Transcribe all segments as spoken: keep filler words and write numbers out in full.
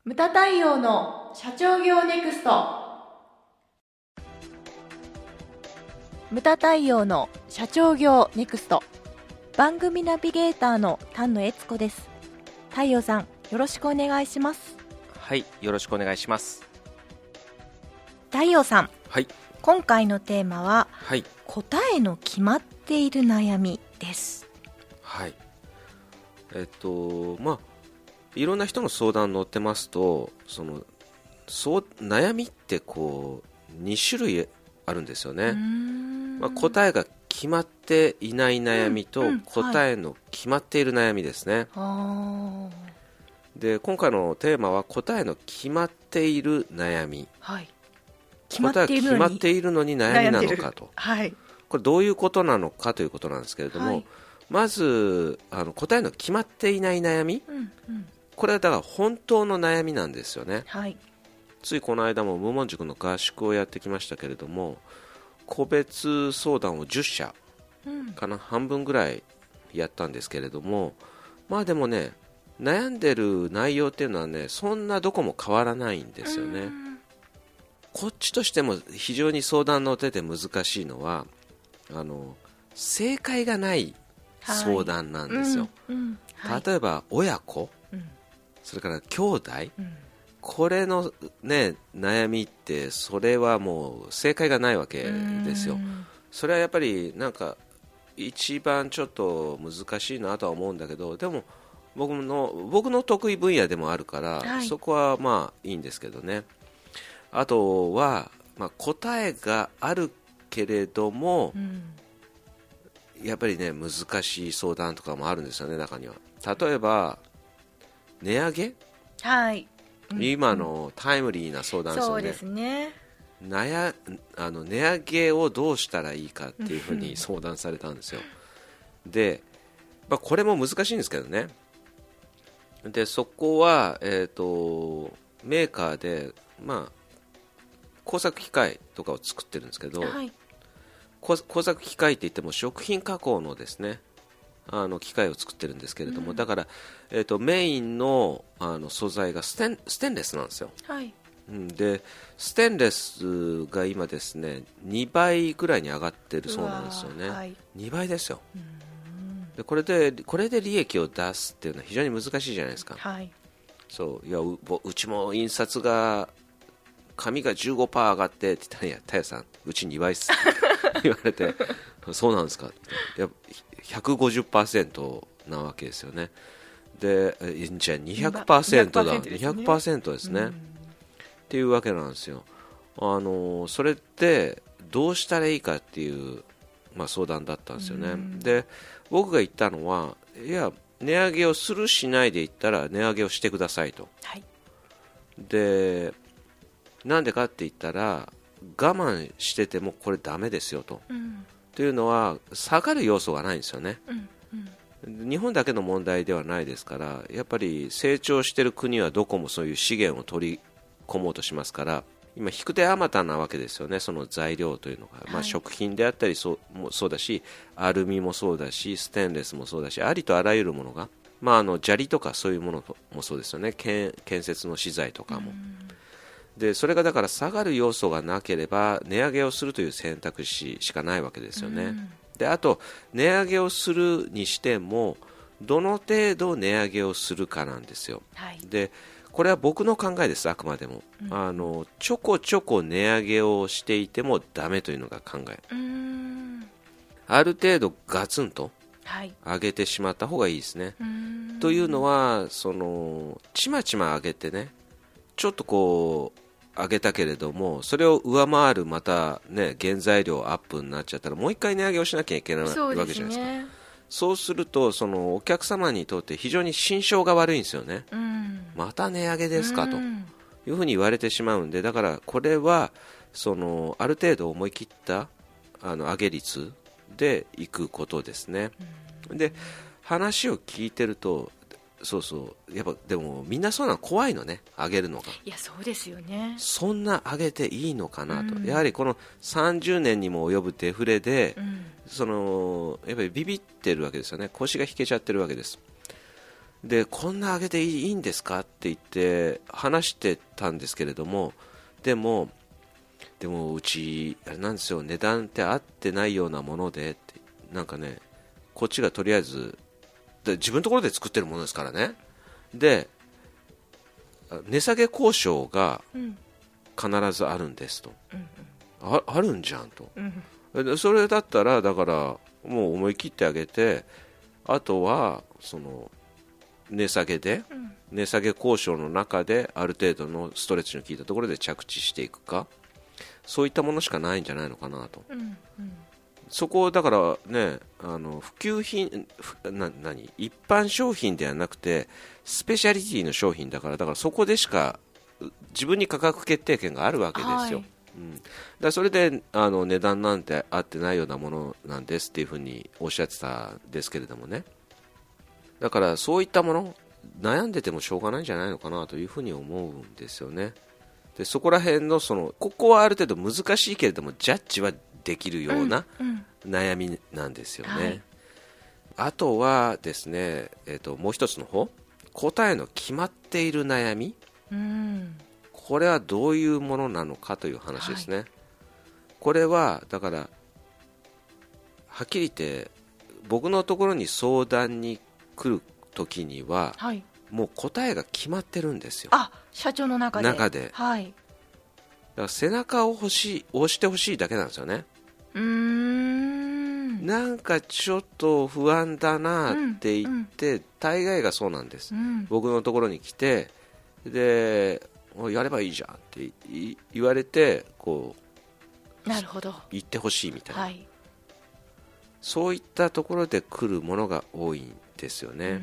ムタ太陽の社長業ネクスト。ムタ太陽の社長業ネクスト、番組ナビゲーターの丹野悦子です。太陽さん、よろしくお願いします。 はい、よろしくお願いします。 太陽さん、 はい、 今回のテーマは、 はい、 答えの決まっている悩みです。 はい、えっとまあいろんな人の相談乗ってますと、そのそう悩みってこうに種類あるんですよね。まあ、答えが決まっていない悩みと、うんうん、答えの決まっている悩みですね。 はい、 で今回のテーマは答えの決まっている悩み、 はい、 答えが決まっているのに悩みなのかと、 はい、 これどういうことなのかということなんですけれども、はい、まずあの答えの決まっていない悩み、うんうん、これはだから本当の悩みなんですよね。 はい、 ついこの間も無門塾の合宿をやってきましたけれども、個別相談をじゅっ社かな、うん、半分ぐらいやったんですけれども、まあでもね、悩んでる内容っていうのはね、そんなどこも変わらないんですよね。こっちとしても非常に相談の手で難しいのは、あの正解がない相談なんですよ。はい、うんうんはい、例えば親子、うん、それから兄弟、うん、これの、ね、悩みってそれはもう正解がないわけですよ。それはやっぱりなんか一番ちょっと難しいなとは思うんだけど、でも僕の、僕の得意分野でもあるから、はい、そこはまあいいんですけどね。あとは、まあ、答えがあるけれども、うん、やっぱりね難しい相談とかもあるんですよね、中には。例えば値上げ、 はい、 今のタイムリーな相談ですよね。 そうですね。 なやあの値上げをどうしたらいいかっていうふうに相談されたんですよ。で、まあ、これも難しいんですけどね。でそこは、えーと、メーカーで、まあ、工作機械とかを作ってるんですけど、はい、工作機械って言っても食品加工のですね、あの機械を作ってるんですけれども、うん、だから、えーと、メイン の, あの素材がステン、ステンレスなんですよ。 はい、 うん、でステンレスが今ですねにばいぐらいに上がってるそうなんですよね。はい、にばいですよ。でこれでこれで利益を出すっていうのは非常に難しいじゃないですか。 はい、 そういや う, うちも印刷が紙が じゅうごパーセント 上がってって言ったら、いや太陽さんうちにばいっす言われてそうなんですか、いや ひゃくごじゅっパーセント なわけですよね。でじゃあ にひゃくパーセント だ にひゃくパーセント ですね、うん、っていうわけなんですよ。あのそれってどうしたらいいかっていう、まあ、相談だったんですよね、うん、で僕が言ったのは、いや値上げをするしないで言ったら値上げをしてくださいと、 はい、 でなんでかって言ったら我慢しててもこれダメですよと、うん、というのは下がる要素がないんですよね、うんうん、日本だけの問題ではないですから、やっぱり成長している国はどこもそういう資源を取り込もうとしますから、今引く手あまたなわけですよね、その材料というのが、はい、まあ、食品であったりそうもそうだし、アルミもそうだしステンレスもそうだし、ありとあらゆるものが、まあ、あの砂利とかそういうものもそうですよね、建設の資材とかも、でそれがだから下がる要素がなければ値上げをするという選択肢しかないわけですよね。であと値上げをするにしてもどの程度値上げをするかなんですよ、はい、でこれは僕の考えです、あくまでも、うん、あのちょこちょこ値上げをしていてもダメというのが考え、うーん、ある程度ガツンと上げてしまった方がいいですね、はい、というのはそのちまちま上げてね、ちょっとこう上げたけれどもそれを上回るまた、ね、原材料アップになっちゃったらもう一回値上げをしなきゃいけないわけじゃないですか。そうですね。そうするとそのお客様にとって非常に心象が悪いんですよね、うん、また値上げですかというふうに言われてしまうんで、だからこれはそのある程度思い切ったあの上げ率でいくことですね、うん、で話を聞いてるとそうそうやっぱでもみんなそうなの怖いのね、上げるのが。 いやそうですよね。そんな上げていいのかなと、うん、やはりこのさんじゅうねんにも及ぶデフレで、うん、そのやっぱりビビってるわけですよね、腰が引けちゃってるわけです。 でこんな上げていいんですかって言って話してたんですけれども、でもでもうちあれなんですよ、値段って合ってないようなものでって、なんかね、こっちがとりあえずで自分のところで作ってるものですからね、で値下げ交渉が必ずあるんですと、うん、あ, あるんじゃんと、うん、それだったらだからもう思い切ってあげて、あとはその値下げで、うん、値下げ交渉の中である程度のストレッチの効いたところで着地していくか、そういったものしかないんじゃないのかなと、うんうん、そこをだからね、あの普及品な何一般商品ではなくてスペシャリティの商品だから、だからそこでしか自分に価格決定権があるわけですよ、はい、うん、だからそれであの値段なんて合ってないようなものなんですっていうふうにおっしゃってたんですけれどもね、だからそういったもの悩んでてもしょうがないんじゃないのかなというふうに思うんですよね。でそこら辺のそのここはある程度難しいけれどもジャッジはできるような悩みなんですよね、うんうん、はい、あとはですね、えーと、もう一つの方、答えの決まっている悩み、うん、これはどういうものなのかという話ですね、はい、これはだからはっきり言って僕のところに相談に来るときには、はい、もう答えが決まってるんですよ。 あ、社長の中で。 中で、はい、だから背中を欲しい、押してほしいだけなんですよね。うーん、なんかちょっと不安だなって言って、うんうん、大概がそうなんです、うん、僕のところに来て、でやればいいじゃんって言われてこう、なるほど、言ってほしいみたいな、はい、そういったところで来るものが多いんですよね。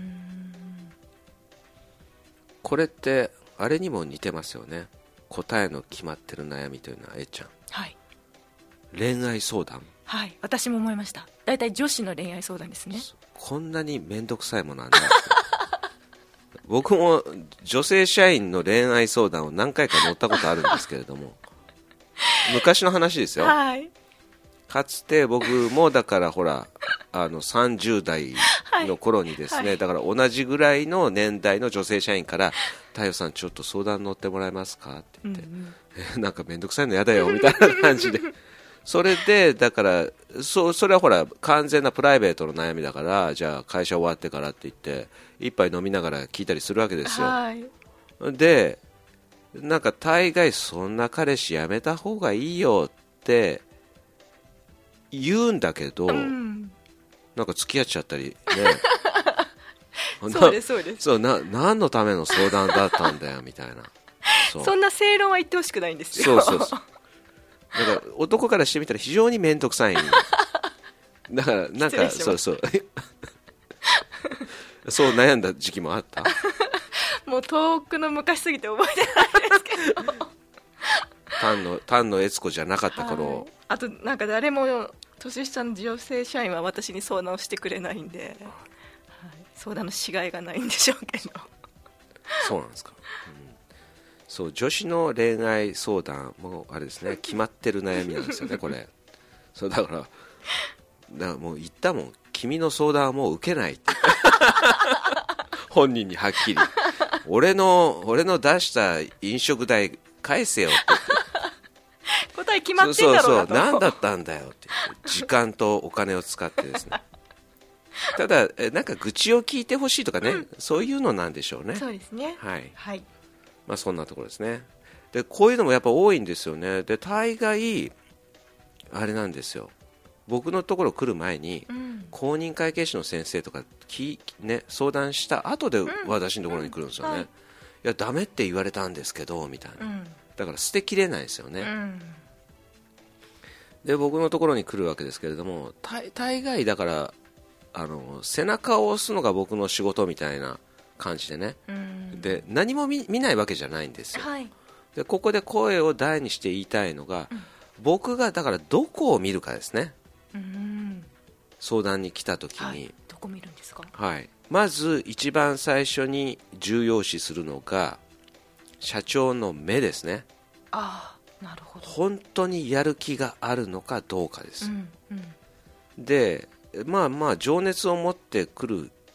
これってあれにも似てますよね。答えの決まってる悩みというのは、えっちゃん、はい、恋愛相談、 はい、私も思いました。だいたい女子の恋愛相談ですね。 こんなに面倒くさいものなんだ僕も女性社員の恋愛相談を何回か乗ったことあるんですけれども昔の話ですよ、はい、かつて僕もだからほらあのさんじゅう代の頃にですね、はいはい、だから同じぐらいの年代の女性社員から太陽さんちょっと相談乗ってもらえますかって言って、うんうん、えなんかめんどくさいのやだよみたいな感じでそれでだからそ, それはほら完全なプライベートの悩みだから、じゃあ会社終わってからって言って一杯飲みながら聞いたりするわけですよ、はい、でなんか大概そんな彼氏やめた方がいいよって言うんだけど、うん、なんか付き合っちゃったりねそうですそうです、 そうな何のための相談だったんだよみたいなそ, そんな正論は言ってほしくないんですよ。 そうそうそう、だから男からしてみたら非常に面倒くさいだからなんかそうそうそう悩んだ時期もあったもう遠くの昔すぎて覚えてないですけど丹野丹野悦子じゃなかった頃、はい、 あとなんか誰も年下の女性社員は私に相談をしてくれないんで、はい、相談のしがいがないんでしょうけどそうなんですか、うん、そう女子の恋愛相談もあれですね、決まってる悩みなんですよねこれ。そうだからだからもう言ったもん、君の相談はもう受けないって本人にはっきり俺の俺の出した飲食代返せよって答え決まってんだろうなと。 そうそうそう、何だったんだよって時間とお金を使ってですねただなんか愚痴を聞いてほしいとかね、うん、そういうのなんでしょうね。 そうですね、 はい、 はい、 まあ、そんなところですね。でこういうのもやっぱ多いんですよね。で大概あれなんですよ、僕のところ来る前に、うん、公認会計士の先生とかき、ね、相談した後で私のところに来るんですよね、うんうん、はい、いやダメって言われたんですけどみたいな、うん、だから捨てきれないですよね、うん、で僕のところに来るわけですけれども、大, 大概だからあの背中を押すのが僕の仕事みたいな感じでね、うん、で何も 見, 見ないわけじゃないんですよ、はい、でここで声を大にして言いたいのが、うん、僕がだからどこを見るかですね、うん、相談に来た時に、はい、 どこ見るんですか、 はい、まず一番最初に重要視するのが社長の目ですね。 ああ、なるほど。 本当にやる気があるのかどうかです、うんうん、でまあまあ情熱を持ってくる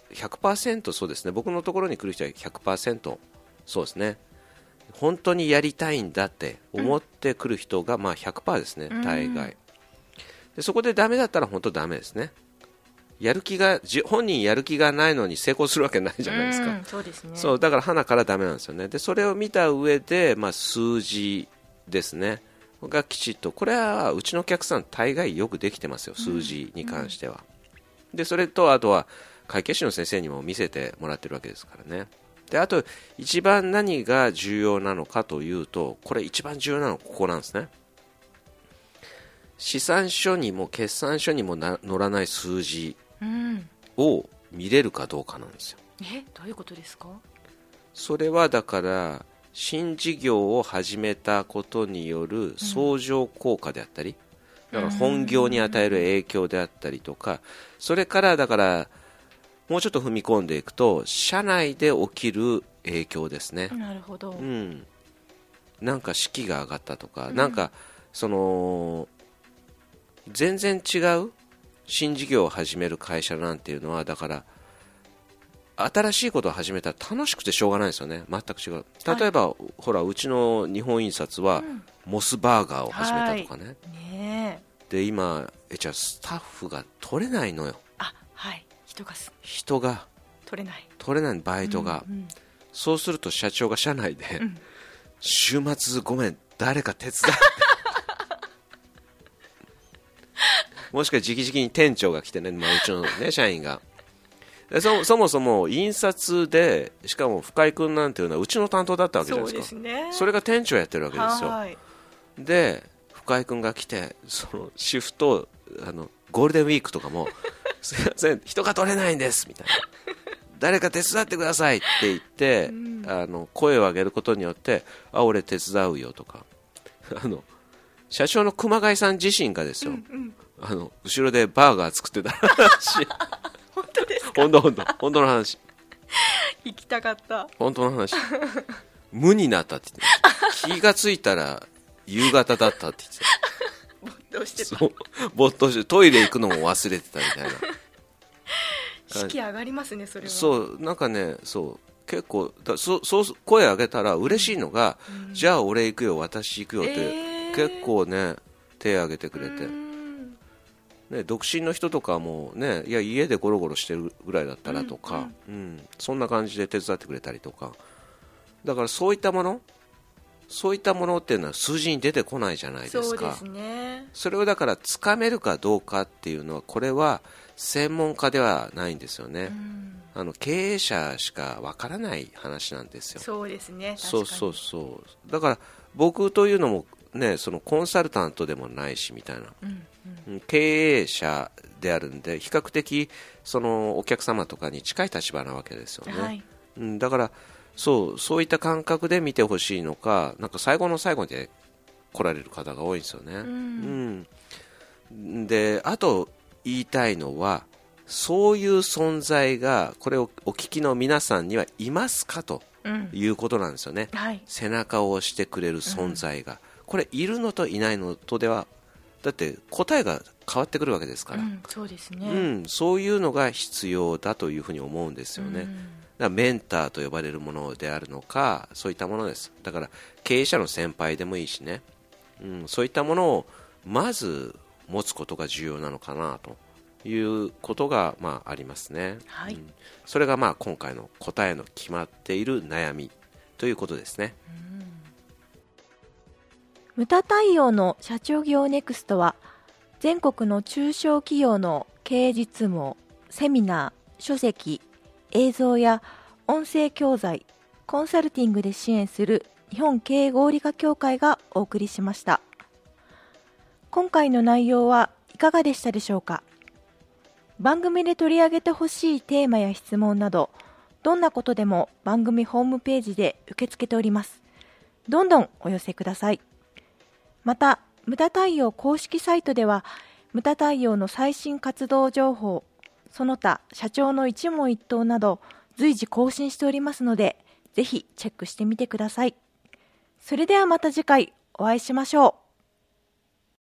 ひゃくパーセント そうですね、僕のところに来る人は ひゃくパーセント そうですね、本当にやりたいんだって思ってくる人がまあ ひゃくパーセント ですね、大概で。そこでダメだったら本当ダメですね。やる気が本人やる気がないのに成功するわけないじゃないですか。 うん、そうですね。 そうだから鼻からダメなんですよね。でそれを見た上で、まあ、数字ですねがきちっと、これはうちのお客さん大概よくできてますよ、数字に関しては、うん、でそれとあとは会計士の先生にも見せてもらってるわけですからね。であと一番何が重要なのかというと、これ一番重要なのはここなんですね。試算書にも決算書にもな載らない数字を見れるかどうかなんですよ。 え、どういうことですか？ それはだから新事業を始めたことによる相乗効果であったり、だから本業に与える影響であったりとか、それからだからもうちょっと踏み込んでいくと社内で起きる影響ですね。 なるほど、 うん、なんか士気が上がったとか、うん、なんかその全然違う新事業を始める会社なんていうのは、だから新しいことを始めたら楽しくてしょうがないですよね。全く違う。例えば、はい、ほらうちの日本印刷は、うん、モスバーガーを始めたとかね、 はい、ねで今えじゃあスタッフが取れないのよ。 あ、はい、人が人が取れない取れないバイトが、うんうん、そうすると社長が社内で、うん、週末ごめん誰か手伝ってもしくは直々に店長が来てね、まあ、うちの、ね、社員が そ, そもそも印刷でしかも深井君なんていうのはうちの担当だったわけじゃないですか。 そうですね、 それが店長やってるわけですよ。 はいで深井君が来てそのシフトあのゴールデンウィークとかもすいません人が取れないんですみたいな誰か手伝ってくださいって言って、うん、あの声を上げることによってあ俺手伝うよとかあの社長の熊谷さん自身がですよ、うんうん、あの後ろでバーガー作ってた話本当ですか？ 本当本当本当の話行きたかった。 本当の話無になったって言って気がついたら夕方だったって言ってた没頭してた。 そう没頭してトイレ行くのも忘れてたみたいな士気上がりますねそれは。 そうなんかねそう結構だそそう声上げたら嬉しいのが、うん、じゃあ俺行くよ私行くよって、えー、結構ね手挙げてくれて、ね、独身の人とかも、ね、いや家でゴロゴロしてるぐらいだったらとか、うんうんうん、そんな感じで手伝ってくれたりとか、だからそういったものそういったものっていうのは数字に出てこないじゃないですか。 そうですね。 それをだからつかめるかどうかっていうのはこれは専門家ではないんですよね、うん、あの経営者しかわからない話なんですよ。 そうですね。 そうそうそうだから僕というのもねそのコンサルタントでもないしみたいな、うんうん、経営者であるんで比較的そのお客様とかに近い立場なわけですよね、はい、うん、だからそう、そういった感覚で見てほしいのか、なんか最後の最後で来られる方が多いんですよね、うんうん、であと言いたいのはそういう存在がこれをお聞きの皆さんにはいますかということなんですよね、うんはい、背中を押してくれる存在が、うん、これいるのといないのとではだって答えが変わってくるわけですから、うん、 そうですね、 うん、そういうのが必要だというふうに思うんですよね、うん、だからメンターと呼ばれるものであるのかそういったものです。だから経営者の先輩でもいいしね、うん、そういったものをまず持つことが重要なのかなということが、まあ、ありますね、はい、うん、それがまあ今回の答えの決まっている悩みということですね。うん、 ムタ対応の社長業ネクストは全国の中小企業の経営実務、セミナー、書籍、映像や音声教材、コンサルティングで支援する日本経営合理化協会がお送りしました。今回の内容はいかがでしたでしょうか。番組で取り上げてほしいテーマや質問など、どんなことでも番組ホームページで受け付けております。どんどんお寄せください。また、ムタ対応公式サイトでは、ムタ対応の最新活動情報、その他社長の一問一答など随時更新しておりますので、ぜひチェックしてみてください。それではまた次回お会いしましょう。